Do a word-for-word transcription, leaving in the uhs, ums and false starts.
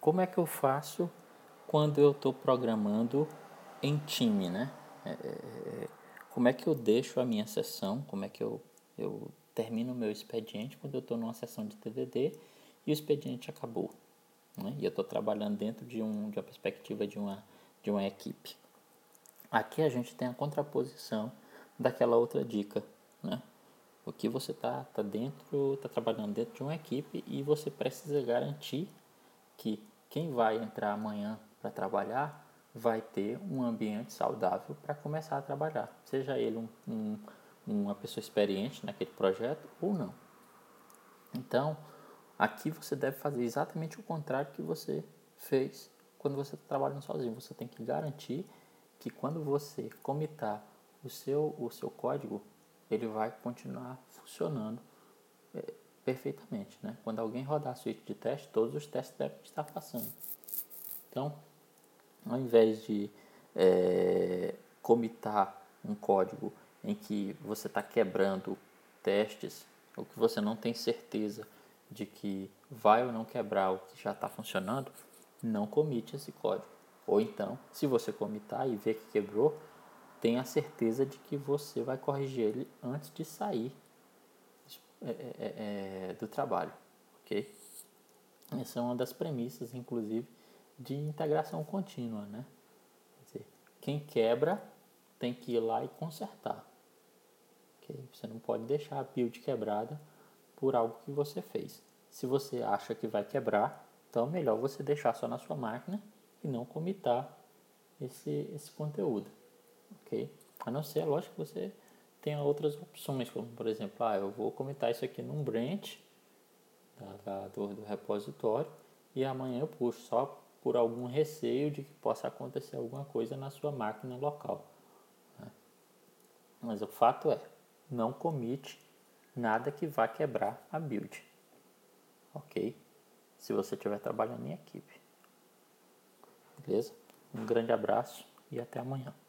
Como é que eu faço quando eu estou programando em time, né? É, é, como é que eu deixo a minha sessão, como é que eu, eu termino o meu expediente quando eu estou numa sessão de T D D e o expediente acabou, né? E eu estou trabalhando dentro de, um, de uma perspectiva de uma, de uma equipe. Aqui a gente tem a contraposição daquela outra dica, né? O que você está tá dentro, está trabalhando dentro de uma equipe e você precisa garantir que quem vai entrar amanhã para trabalhar vai ter um ambiente saudável para começar a trabalhar, seja ele um, um, uma pessoa experiente naquele projeto ou não. Então, aqui você deve fazer exatamente o contrário que você fez quando você está trabalhando sozinho. Você tem que garantir que quando você comitar o seu, o seu código, ele vai continuar funcionando é, perfeitamente, né? Quando alguém rodar a suíte de teste, todos os testes devem estar passando. Então, ao invés de é, comitar um código em que você está quebrando testes, ou que você não tem certeza de que vai ou não quebrar o que já está funcionando, não comite esse código. Ou então, se você comitar e ver que quebrou, tenha certeza de que você vai corrigir ele antes de sair é, é, é, do trabalho, ok? Essa é uma das premissas, inclusive, de integração contínua, né? Quer dizer, quem quebra tem que ir lá e consertar, ok? Você não pode deixar a build quebrada por algo que você fez. Se você acha que vai quebrar, então é melhor você deixar só na sua máquina e não comitar esse, esse conteúdo, ok? A não ser, lógico, que você tenha outras opções, como por exemplo, ah, eu vou comitar isso aqui num branch da, da, do, do repositório e amanhã eu puxo só por algum receio de que possa acontecer alguma coisa na sua máquina local, né? Mas o fato é, não comite nada que vá quebrar a build, ok? Se você estiver trabalhando em equipe, beleza? Um grande abraço e até amanhã.